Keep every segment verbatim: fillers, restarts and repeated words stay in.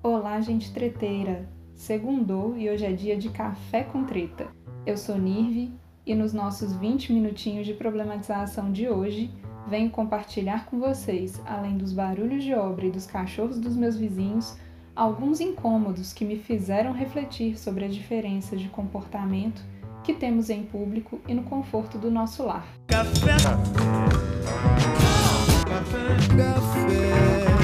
Olá, gente treteira! Segundou e hoje é dia de café com treta. Eu sou Nirvi e nos nossos vinte minutinhos de problematização de hoje, venho compartilhar com vocês, além dos barulhos de obra e dos cachorros dos meus vizinhos, alguns incômodos que me fizeram refletir sobre a diferença de comportamento que temos em público e no conforto do nosso lar. Café. Café. Café.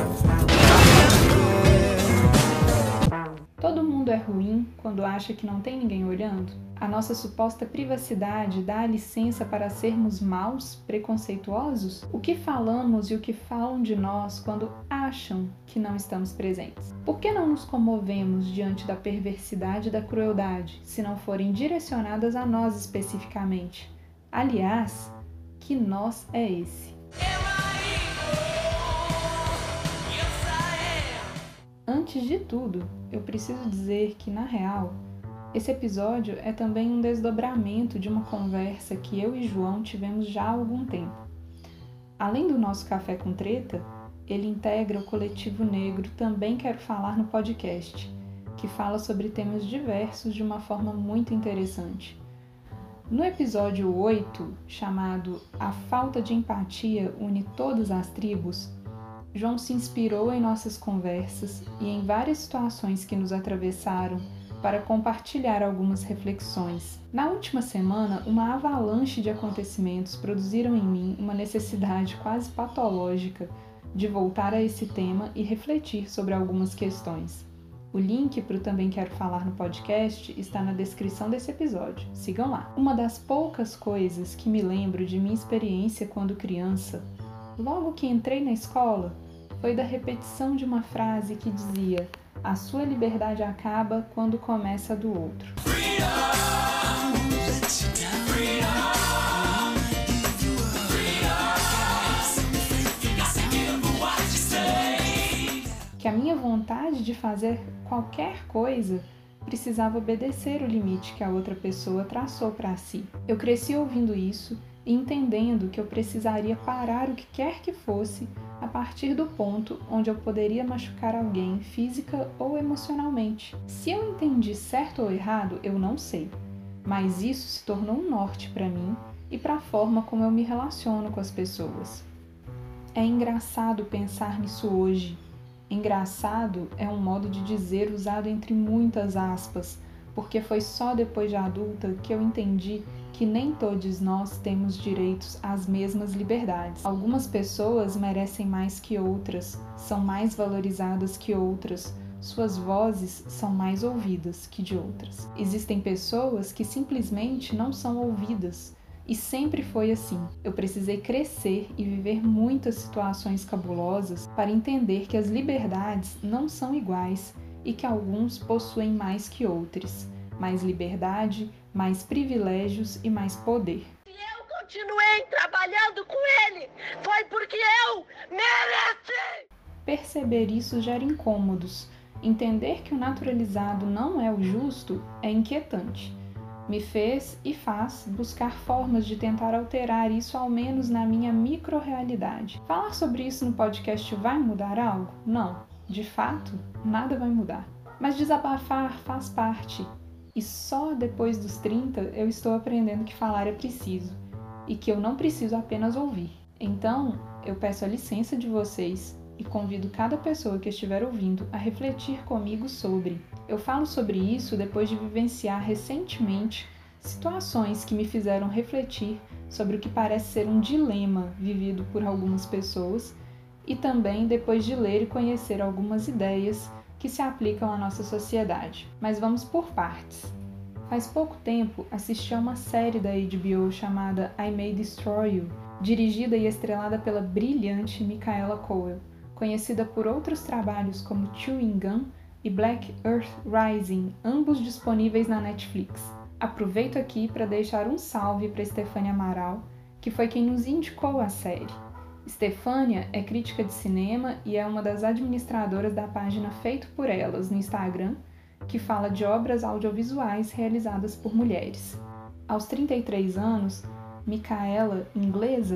Todo mundo é ruim quando acha que não tem ninguém olhando? A nossa suposta privacidade dá a licença para sermos maus, preconceituosos? O que falamos e o que falam de nós quando acham que não estamos presentes? Por que não nos comovemos diante da perversidade e da crueldade, se não forem direcionadas a nós especificamente? Aliás, que nós é esse? Antes de tudo, eu preciso dizer que, na real, esse episódio é também um desdobramento de uma conversa que eu e João tivemos já há algum tempo. Além do nosso Café com Treta, ele integra o Coletivo Negro Também Quero Falar no podcast, que fala sobre temas diversos de uma forma muito interessante. No episódio oito, chamado A Falta de Empatia Une Todas as Tribos, João se inspirou em nossas conversas e em várias situações que nos atravessaram para compartilhar algumas reflexões. Na última semana, uma avalanche de acontecimentos produziram em mim uma necessidade quase patológica de voltar a esse tema e refletir sobre algumas questões. O link para o Também Quero Falar no podcast está na descrição desse episódio. Sigam lá. Uma das poucas coisas que me lembro de minha experiência quando criança, logo que entrei na escola, foi da repetição de uma frase que dizia: a sua liberdade acaba quando começa a do outro. Que a minha vontade de fazer qualquer coisa precisava obedecer o limite que a outra pessoa traçou para si. Eu cresci ouvindo isso e entendendo que eu precisaria parar o que quer que fosse a partir do ponto onde eu poderia machucar alguém física ou emocionalmente. Se eu entendi certo ou errado, eu não sei, mas isso se tornou um norte para mim e para a forma como eu me relaciono com as pessoas. É engraçado pensar nisso hoje. Engraçado é um modo de dizer usado entre muitas aspas, porque foi só depois de adulta que eu entendi que nem todos nós temos direitos às mesmas liberdades. Algumas pessoas merecem mais que outras, são mais valorizadas que outras, suas vozes são mais ouvidas que de outras. Existem pessoas que simplesmente não são ouvidas, e sempre foi assim. Eu precisei crescer e viver muitas situações cabulosas para entender que as liberdades não são iguais e que alguns possuem mais que outros. Mais liberdade, mais privilégios e mais poder. Se eu continuei trabalhando com ele, foi porque eu mereci! Perceber isso gera incômodos. Entender que o naturalizado não é o justo é inquietante. Me fez e faz buscar formas de tentar alterar isso, ao menos na minha micro-realidade. Falar sobre isso no podcast vai mudar algo? Não. De fato, nada vai mudar. Mas desabafar faz parte. E só depois dos trinta eu estou aprendendo que falar é preciso e que eu não preciso apenas ouvir. Então, eu peço a licença de vocês e convido cada pessoa que estiver ouvindo a refletir comigo sobre. Eu falo sobre isso depois de vivenciar recentemente situações que me fizeram refletir sobre o que parece ser um dilema vivido por algumas pessoas e também depois de ler e conhecer algumas ideias que se aplicam à nossa sociedade. Mas vamos por partes. Faz pouco tempo assisti a uma série da H B O chamada I May Destroy You, dirigida e estrelada pela brilhante Micaela Coel, conhecida por outros trabalhos como Chewing Gum e Black Earth Rising, ambos disponíveis na Netflix. Aproveito aqui para deixar um salve para Stefânia Amaral, que foi quem nos indicou a série. Stefânia é crítica de cinema e é uma das administradoras da página Feito por Elas no Instagram, que fala de obras audiovisuais realizadas por mulheres. Aos trinta e três anos, Micaela, inglesa,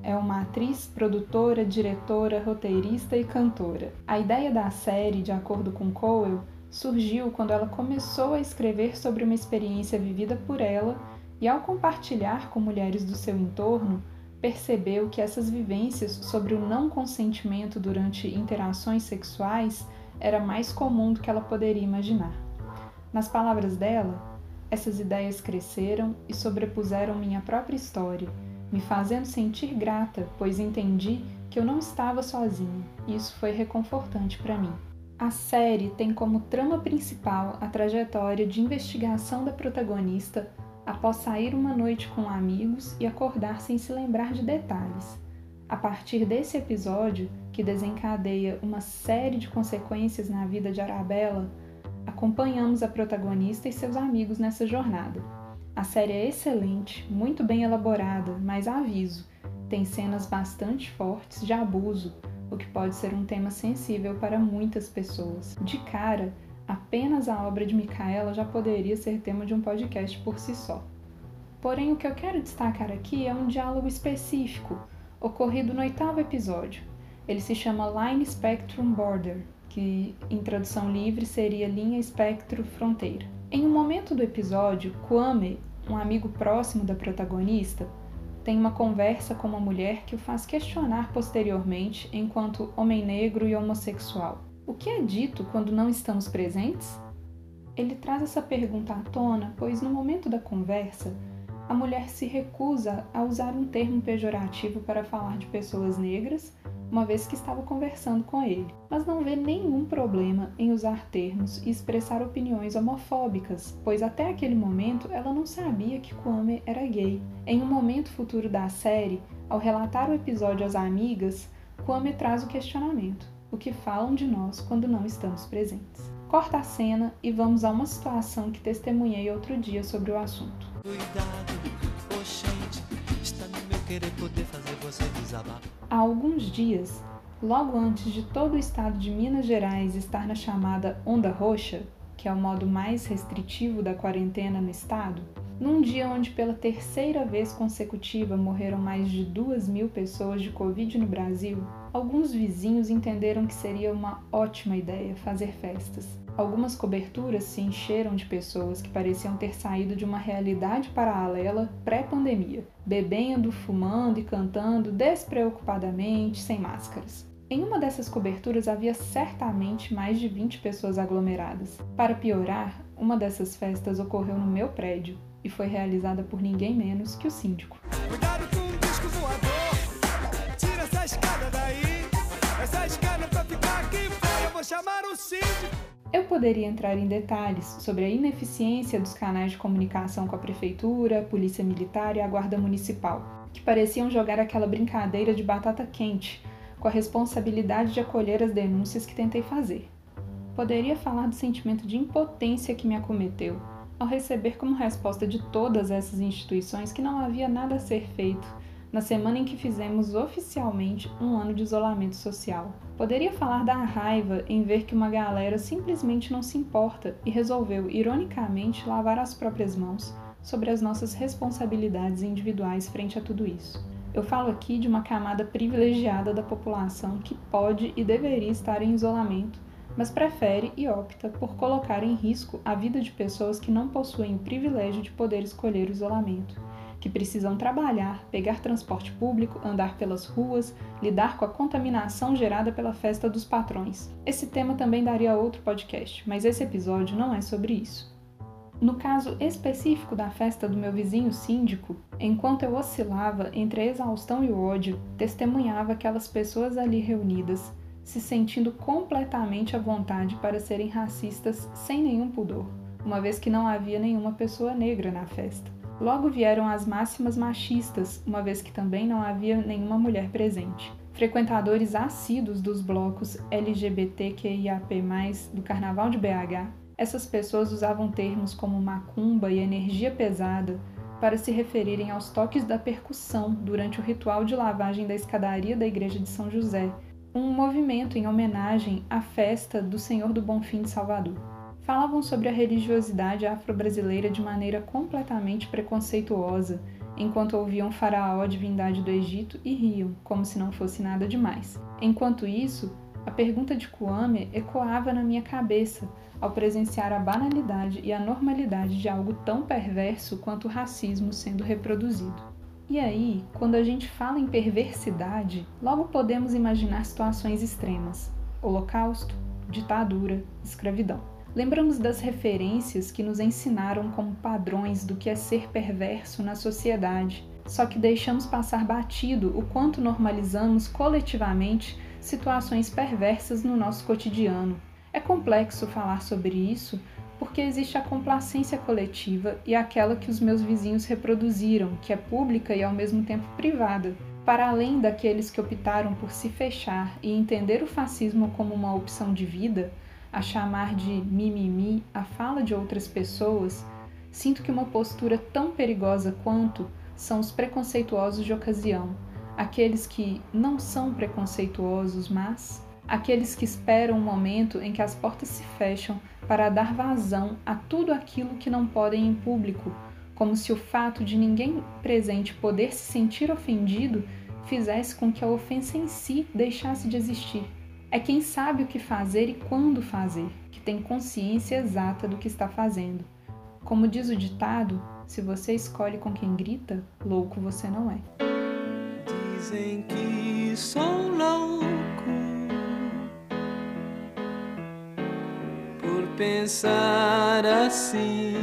é uma atriz, produtora, diretora, roteirista e cantora. A ideia da série, de acordo com Cowell, surgiu quando ela começou a escrever sobre uma experiência vivida por ela e, ao compartilhar com mulheres do seu entorno, percebeu que essas vivências sobre o não consentimento durante interações sexuais era mais comum do que ela poderia imaginar. Nas palavras dela, essas ideias cresceram e sobrepuseram minha própria história, me fazendo sentir grata, pois entendi que eu não estava sozinha, e isso foi reconfortante para mim. A série tem como trama principal a trajetória de investigação da protagonista após sair uma noite com amigos e acordar sem se lembrar de detalhes. A partir desse episódio, que desencadeia uma série de consequências na vida de Arabella, acompanhamos a protagonista e seus amigos nessa jornada. A série é excelente, muito bem elaborada, mas aviso, tem cenas bastante fortes de abuso, o que pode ser um tema sensível para muitas pessoas. De cara, apenas a obra de Micaela já poderia ser tema de um podcast por si só. Porém, o que eu quero destacar aqui é um diálogo específico, ocorrido no oitavo episódio. Ele se chama Line Spectrum Border, que em tradução livre seria linha espectro fronteira. Em um momento do episódio, Kwame, um amigo próximo da protagonista, tem uma conversa com uma mulher que o faz questionar posteriormente enquanto homem negro e homossexual. O que é dito quando não estamos presentes? Ele traz essa pergunta à tona, pois no momento da conversa, a mulher se recusa a usar um termo pejorativo para falar de pessoas negras, uma vez que estava conversando com ele, mas não vê nenhum problema em usar termos e expressar opiniões homofóbicas, pois até aquele momento ela não sabia que Kwame era gay. Em um momento futuro da série, ao relatar o episódio às amigas, Kwame traz o questionamento: o que falam de nós quando não estamos presentes? Corta a cena e vamos a uma situação que testemunhei outro dia sobre o assunto. Cuidado, oxente, está no meu querer poder fazer você desabar. Há alguns dias, logo antes de todo o estado de Minas Gerais estar na chamada Onda Roxa, que é o modo mais restritivo da quarentena no estado, num dia onde pela terceira vez consecutiva morreram mais de duas mil pessoas de Covid no Brasil, alguns vizinhos entenderam que seria uma ótima ideia fazer festas. Algumas coberturas se encheram de pessoas que pareciam ter saído de uma realidade paralela pré-pandemia, bebendo, fumando e cantando despreocupadamente, sem máscaras. Em uma dessas coberturas havia certamente mais de vinte pessoas aglomeradas. Para piorar, uma dessas festas ocorreu no meu prédio e foi realizada por ninguém menos que o síndico. Cuidado com o disco voador, tira essa escada daí, essa escada pra ficar aqui fora, eu vou chamar o síndico. Eu poderia entrar em detalhes sobre a ineficiência dos canais de comunicação com a prefeitura, a polícia militar e a guarda municipal, que pareciam jogar aquela brincadeira de batata quente, com a responsabilidade de acolher as denúncias que tentei fazer. Poderia falar do sentimento de impotência que me acometeu, ao receber como resposta de todas essas instituições que não havia nada a ser feito, na semana em que fizemos oficialmente um ano de isolamento social. Poderia falar da raiva em ver que uma galera simplesmente não se importa e resolveu, ironicamente, lavar as próprias mãos sobre as nossas responsabilidades individuais frente a tudo isso. Eu falo aqui de uma camada privilegiada da população que pode e deveria estar em isolamento, mas prefere e opta por colocar em risco a vida de pessoas que não possuem o privilégio de poder escolher o isolamento, que precisam trabalhar, pegar transporte público, andar pelas ruas, lidar com a contaminação gerada pela festa dos patrões. Esse tema também daria outro podcast, mas esse episódio não é sobre isso. No caso específico da festa do meu vizinho síndico, enquanto eu oscilava entre a exaustão e o ódio, testemunhava aquelas pessoas ali reunidas, se sentindo completamente à vontade para serem racistas sem nenhum pudor, uma vez que não havia nenhuma pessoa negra na festa. Logo vieram as máximas machistas, uma vez que também não havia nenhuma mulher presente. Frequentadores assíduos dos blocos L G B T Q I A P mais, do Carnaval de B H, essas pessoas usavam termos como macumba e energia pesada para se referirem aos toques da percussão durante o ritual de lavagem da escadaria da Igreja de São José, um movimento em homenagem à festa do Senhor do Bonfim de Salvador. Falavam sobre a religiosidade afro-brasileira de maneira completamente preconceituosa enquanto ouviam Faraó, divindade do Egito, e riam, como se não fosse nada demais. Enquanto isso, a pergunta de Kwame ecoava na minha cabeça ao presenciar a banalidade e a normalidade de algo tão perverso quanto o racismo sendo reproduzido. E aí, quando a gente fala em perversidade, logo podemos imaginar situações extremas: Holocausto, ditadura, escravidão. Lembramos das referências que nos ensinaram como padrões do que é ser perverso na sociedade, só que deixamos passar batido o quanto normalizamos coletivamente situações perversas no nosso cotidiano. É complexo falar sobre isso porque existe a complacência coletiva e aquela que os meus vizinhos reproduziram, que é pública e ao mesmo tempo privada. Para além daqueles que optaram por se fechar e entender o fascismo como uma opção de vida, a chamar de mimimi a fala de outras pessoas, sinto que uma postura tão perigosa quanto são os preconceituosos de ocasião, aqueles que não são preconceituosos, mas aqueles que esperam um momento em que as portas se fecham para dar vazão a tudo aquilo que não podem em público, como se o fato de ninguém presente poder se sentir ofendido fizesse com que a ofensa em si deixasse de existir. É quem sabe o que fazer e quando fazer, que tem consciência exata do que está fazendo. Como diz o ditado, se você escolhe com quem grita, louco você não é. Dizem que sou louco por pensar assim.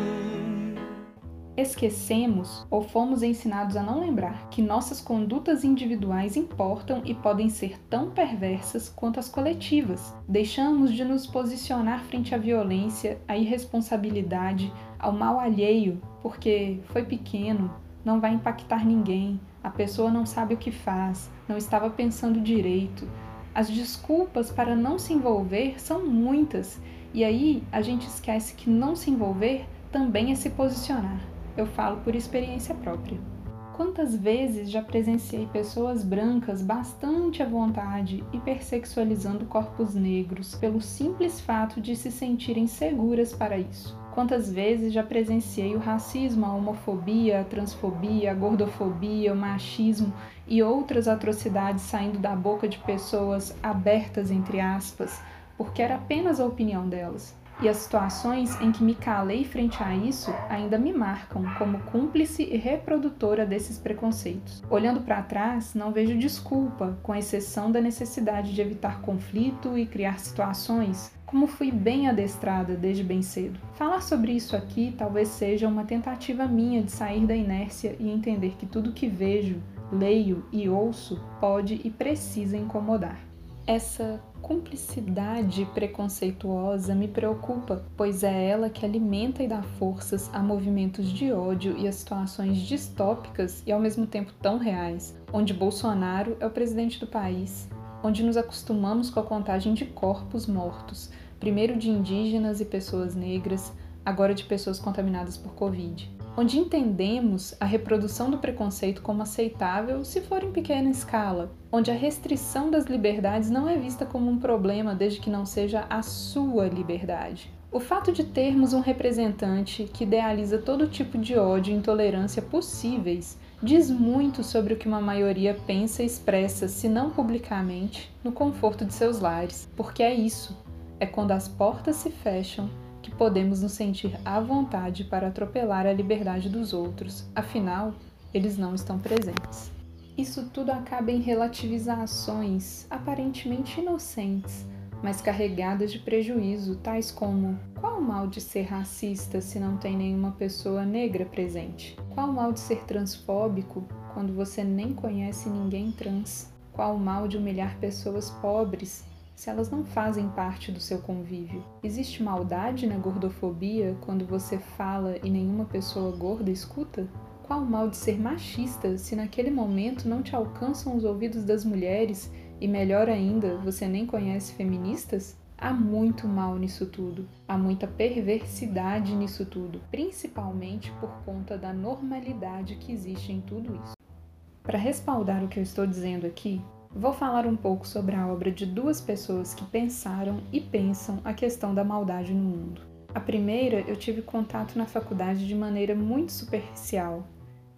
Esquecemos ou fomos ensinados a não lembrar que nossas condutas individuais importam e podem ser tão perversas quanto as coletivas. Deixamos de nos posicionar frente à violência, à irresponsabilidade, ao mal alheio, porque foi pequeno, não vai impactar ninguém, a pessoa não sabe o que faz, não estava pensando direito. As desculpas para não se envolver são muitas, e aí a gente esquece que não se envolver também é se posicionar. Eu falo por experiência própria. Quantas vezes já presenciei pessoas brancas bastante à vontade hipersexualizando corpos negros pelo simples fato de se sentirem seguras para isso? Quantas vezes já presenciei o racismo, a homofobia, a transfobia, a gordofobia, o machismo e outras atrocidades saindo da boca de pessoas abertas, entre aspas, porque era apenas a opinião delas. E as situações em que me calei frente a isso ainda me marcam como cúmplice e reprodutora desses preconceitos. Olhando para trás, não vejo desculpa, com exceção da necessidade de evitar conflito e criar situações, como fui bem adestrada desde bem cedo. Falar sobre isso aqui talvez seja uma tentativa minha de sair da inércia e entender que tudo que vejo, leio e ouço pode e precisa incomodar. Essa cumplicidade preconceituosa me preocupa, pois é ela que alimenta e dá forças a movimentos de ódio e a situações distópicas e ao mesmo tempo tão reais, onde Bolsonaro é o presidente do país, onde nos acostumamos com a contagem de corpos mortos, primeiro de indígenas e pessoas negras, agora de pessoas contaminadas por Covid. Onde entendemos a reprodução do preconceito como aceitável se for em pequena escala, onde a restrição das liberdades não é vista como um problema desde que não seja a sua liberdade. O fato de termos um representante que idealiza todo tipo de ódio e intolerância possíveis diz muito sobre o que uma maioria pensa e expressa, se não publicamente, no conforto de seus lares, porque é isso, é quando as portas se fecham que podemos nos sentir à vontade para atropelar a liberdade dos outros, afinal, eles não estão presentes. Isso tudo acaba em relativizações aparentemente inocentes, mas carregadas de prejuízo, tais como: qual o mal de ser racista se não tem nenhuma pessoa negra presente? Qual o mal de ser transfóbico quando você nem conhece ninguém trans? Qual o mal de humilhar pessoas pobres se elas não fazem parte do seu convívio? Existe maldade na gordofobia quando você fala e nenhuma pessoa gorda escuta? Qual o mal de ser machista se naquele momento não te alcançam os ouvidos das mulheres e, melhor ainda, você nem conhece feministas? Há muito mal nisso tudo, há muita perversidade nisso tudo, principalmente por conta da normalidade que existe em tudo isso. Para respaldar o que eu estou dizendo aqui, vou falar um pouco sobre a obra de duas pessoas que pensaram e pensam a questão da maldade no mundo. A primeira eu tive contato na faculdade de maneira muito superficial.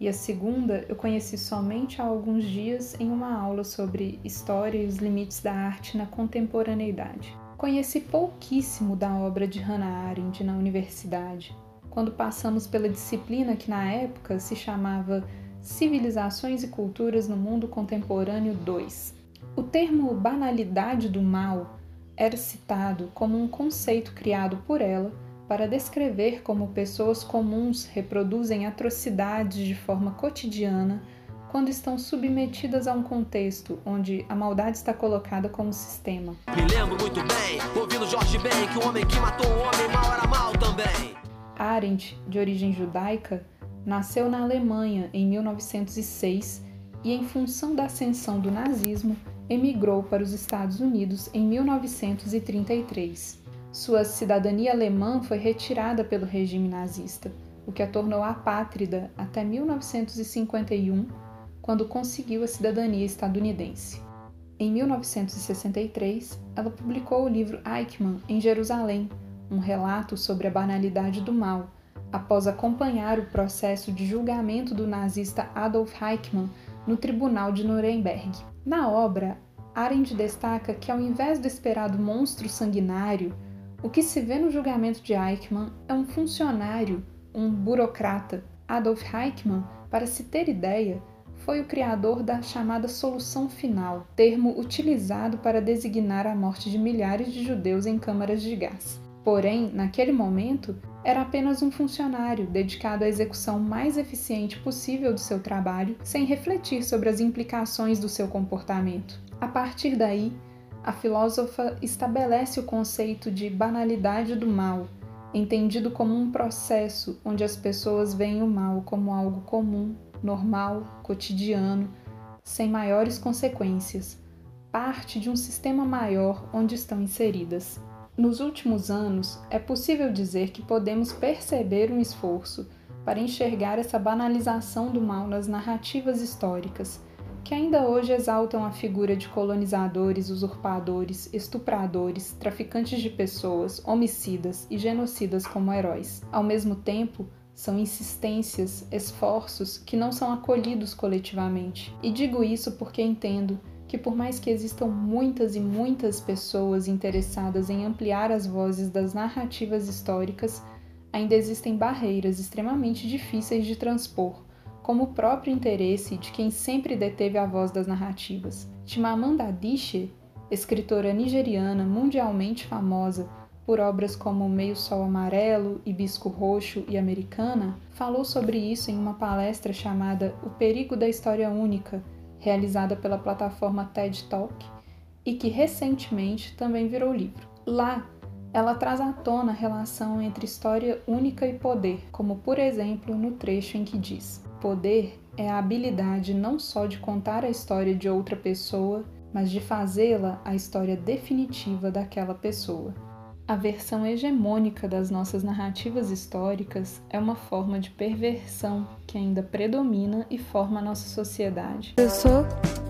e a segunda eu conheci somente há alguns dias em uma aula sobre história e os limites da arte na contemporaneidade. Conheci pouquíssimo da obra de Hannah Arendt na universidade, quando passamos pela disciplina que na época se chamava Civilizações e Culturas no Mundo Contemporâneo dois. O termo banalidade do mal era citado como um conceito criado por ela para descrever como pessoas comuns reproduzem atrocidades de forma cotidiana quando estão submetidas a um contexto onde a maldade está colocada como sistema. Me lembro muito bem, ouvindo Jorge Ben, que o homem que matou o homem mal era mal também. Arendt, de origem judaica, nasceu na Alemanha em mil novecentos e seis e, em função da ascensão do nazismo, emigrou para os Estados Unidos em mil novecentos e trinta e três. Sua cidadania alemã foi retirada pelo regime nazista, o que a tornou apátrida até mil novecentos e cinquenta e um, quando conseguiu a cidadania estadunidense. Em mil novecentos e sessenta e três, ela publicou o livro Eichmann em Jerusalém, um relato sobre a banalidade do mal, após acompanhar o processo de julgamento do nazista Adolf Eichmann no Tribunal de Nuremberg. Na obra, Arendt destaca que, ao invés do esperado monstro sanguinário, o que se vê no julgamento de Eichmann é um funcionário, um burocrata. Adolf Eichmann, para se ter ideia, foi o criador da chamada solução final, termo utilizado para designar a morte de milhares de judeus em câmaras de gás. Porém, naquele momento, era apenas um funcionário dedicado à execução mais eficiente possível do seu trabalho, sem refletir sobre as implicações do seu comportamento. A partir daí, a filósofa estabelece o conceito de banalidade do mal, entendido como um processo onde as pessoas veem o mal como algo comum, normal, cotidiano, sem maiores consequências, parte de um sistema maior onde estão inseridas. Nos últimos anos, é possível dizer que podemos perceber um esforço para enxergar essa banalização do mal nas narrativas históricas, que ainda hoje exaltam a figura de colonizadores, usurpadores, estupradores, traficantes de pessoas, homicidas e genocidas como heróis. Ao mesmo tempo, são insistências, esforços que não são acolhidos coletivamente. E digo isso porque entendo que, por mais que existam muitas e muitas pessoas interessadas em ampliar as vozes das narrativas históricas, ainda existem barreiras extremamente difíceis de transpor, como o próprio interesse de quem sempre deteve a voz das narrativas. Chimamanda Adichie, escritora nigeriana mundialmente famosa por obras como Meio Sol Amarelo, Hibisco Roxo e Americana, falou sobre isso em uma palestra chamada O Perigo da História Única, realizada pela plataforma TED Talk, e que recentemente também virou livro. Lá, ela traz à tona a relação entre história única e poder, como por exemplo no trecho em que diz: poder é a habilidade não só de contar a história de outra pessoa, mas de fazê-la a história definitiva daquela pessoa. A versão hegemônica das nossas narrativas históricas é uma forma de perversão que ainda predomina e forma a nossa sociedade. Eu sou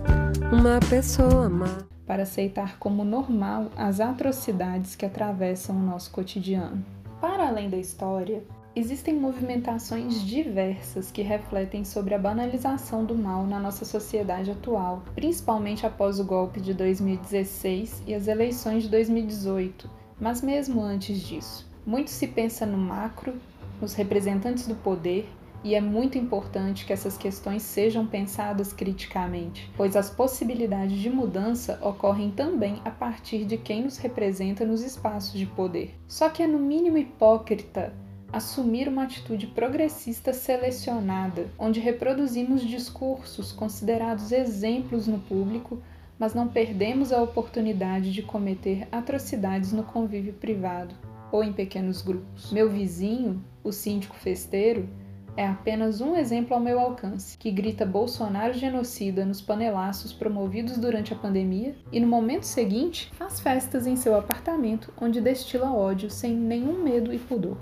uma pessoa má. Para aceitar como normal as atrocidades que atravessam o nosso cotidiano. Para além da história, existem movimentações diversas que refletem sobre a banalização do mal na nossa sociedade atual, principalmente após o golpe de dois mil e dezesseis e as eleições de dois mil e dezoito, mas mesmo antes disso. Muito se pensa no macro, nos representantes do poder, e é muito importante que essas questões sejam pensadas criticamente, pois as possibilidades de mudança ocorrem também a partir de quem nos representa nos espaços de poder. Só que é no mínimo hipócrita assumir uma atitude progressista selecionada, onde reproduzimos discursos considerados exemplos no público, mas não perdemos a oportunidade de cometer atrocidades no convívio privado ou em pequenos grupos. Meu vizinho, o síndico festeiro, é apenas um exemplo ao meu alcance, que grita Bolsonaro genocida nos panelaços promovidos durante a pandemia e no momento seguinte faz festas em seu apartamento onde destila ódio sem nenhum medo e pudor.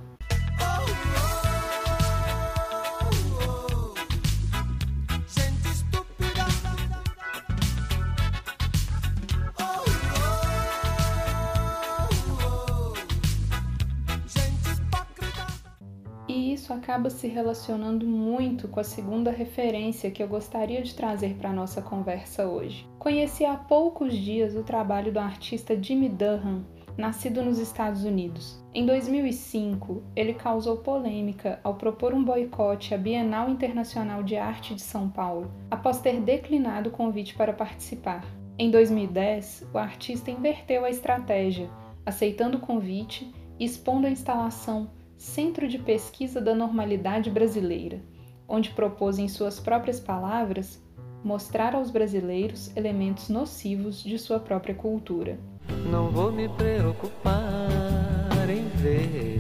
E isso acaba se relacionando muito com a segunda referência que eu gostaria de trazer para a nossa conversa hoje. Conheci há poucos dias o trabalho do artista Jimmy Durham, nascido nos Estados Unidos. Em dois mil e cinco, ele causou polêmica ao propor um boicote à Bienal Internacional de Arte de São Paulo, após ter declinado o convite para participar. Em dois mil e dez, o artista inverteu a estratégia, aceitando o convite e expondo a instalação Centro de Pesquisa da Normalidade Brasileira, onde propôs, em suas próprias palavras, mostrar aos brasileiros elementos nocivos de sua própria cultura. Não vou me preocupar em ver.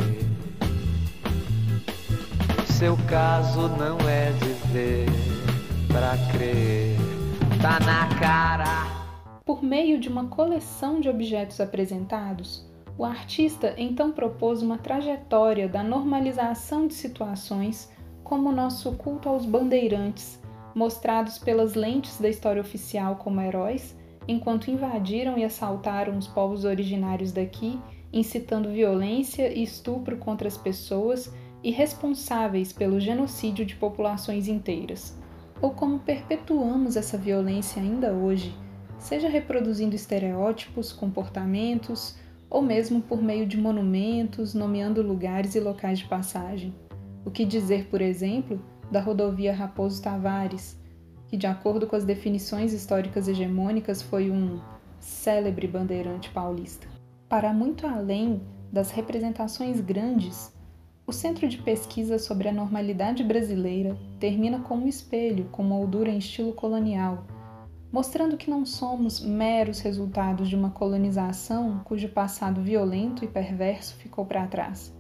Seu caso não é dizer pra crer, tá na cara. Por meio de uma coleção de objetos apresentados, o artista então propôs uma trajetória da normalização de situações como o nosso culto aos bandeirantes, mostrados pelas lentes da história oficial como heróis, enquanto invadiram e assaltaram os povos originários daqui, incitando violência e estupro contra as pessoas e responsáveis pelo genocídio de populações inteiras. Ou como perpetuamos essa violência ainda hoje, seja reproduzindo estereótipos, comportamentos, ou mesmo por meio de monumentos, nomeando lugares e locais de passagem. O que dizer, por exemplo, da rodovia Raposo Tavares, que, de acordo com as definições históricas hegemônicas, foi um célebre bandeirante paulista. Para muito além das representações grandes, o Centro de Pesquisa sobre a Normalidade Brasileira termina com um espelho com moldura em estilo colonial, mostrando que não somos meros resultados de uma colonização cujo passado violento e perverso ficou para trás.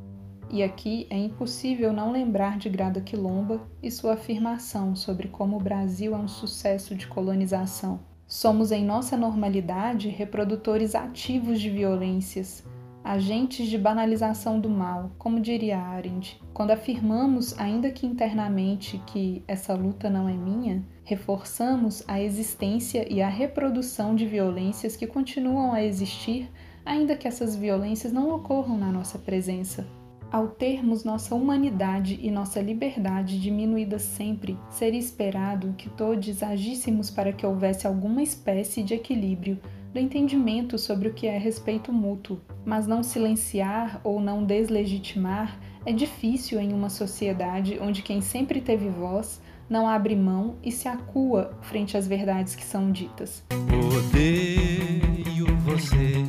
E aqui é impossível não lembrar de Grada Quilomba e sua afirmação sobre como o Brasil é um sucesso de colonização. Somos, em nossa normalidade, reprodutores ativos de violências, agentes de banalização do mal, como diria Arendt. Quando afirmamos, ainda que internamente, que essa luta não é minha, reforçamos a existência e a reprodução de violências que continuam a existir, ainda que essas violências não ocorram na nossa presença. Ao termos nossa humanidade e nossa liberdade diminuídas sempre, seria esperado que todos agíssemos para que houvesse alguma espécie de equilíbrio do entendimento sobre o que é respeito mútuo, mas não silenciar ou não deslegitimar é difícil em uma sociedade onde quem sempre teve voz não abre mão e se acua frente às verdades que são ditas. Odeio você,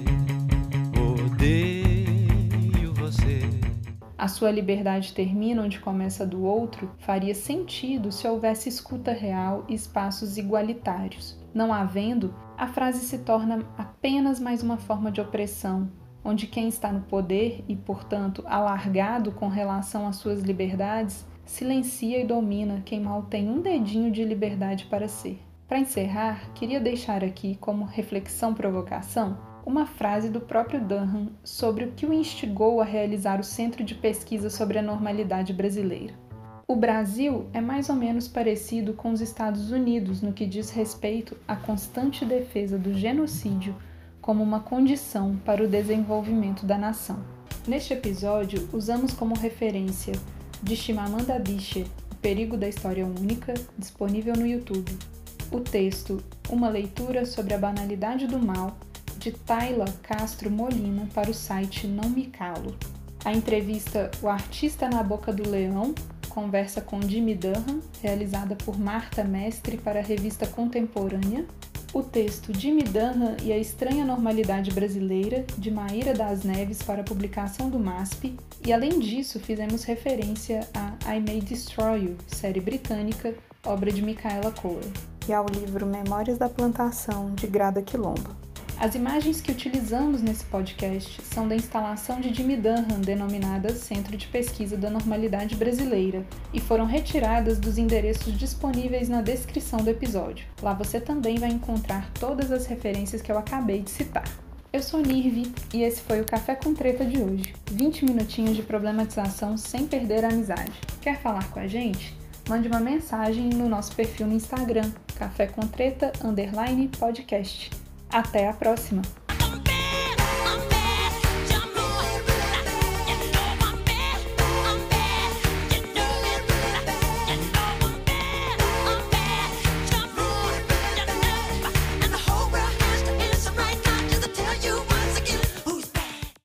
odeio você. A sua liberdade termina onde começa a do outro faria sentido se houvesse escuta real e espaços igualitários. Não havendo, a frase se torna apenas mais uma forma de opressão, onde quem está no poder e, portanto, alargado com relação às suas liberdades, silencia e domina quem mal tem um dedinho de liberdade para ser. Para encerrar, queria deixar aqui como reflexão-provocação uma frase do próprio Durham sobre o que o instigou a realizar o Centro de Pesquisa sobre a Normalidade Brasileira. O Brasil é mais ou menos parecido com os Estados Unidos no que diz respeito à constante defesa do genocídio como uma condição para o desenvolvimento da nação. Neste episódio, usamos como referência de Chimamanda Adichie, O Perigo da História Única, disponível no YouTube, o texto Uma Leitura sobre a Banalidade do Mal, de Tayla Castro Molina, para o site Não Me Calo. A entrevista O Artista na Boca do Leão, conversa com Jimmy Durham, realizada por Marta Mestre para a revista Contemporânea. O texto Jimmy Durham e a Estranha Normalidade Brasileira, de Maíra das Neves, para a publicação do M A S P. E além disso, fizemos referência a I May Destroy You, série britânica, obra de Micaela Coel, e ao livro Memórias da Plantação, de Grada Quilomba. As imagens que utilizamos nesse podcast são da instalação de Jimmy Durham, denominada Centro de Pesquisa da Normalidade Brasileira, e foram retiradas dos endereços disponíveis na descrição do episódio. Lá você também vai encontrar todas as referências que eu acabei de citar. Eu sou Nirvi e esse foi o Café com Treta de hoje. vinte minutinhos de problematização sem perder a amizade. Quer falar com a gente? Mande uma mensagem no nosso perfil no Instagram, Café com Treta underline podcast. Até a próxima!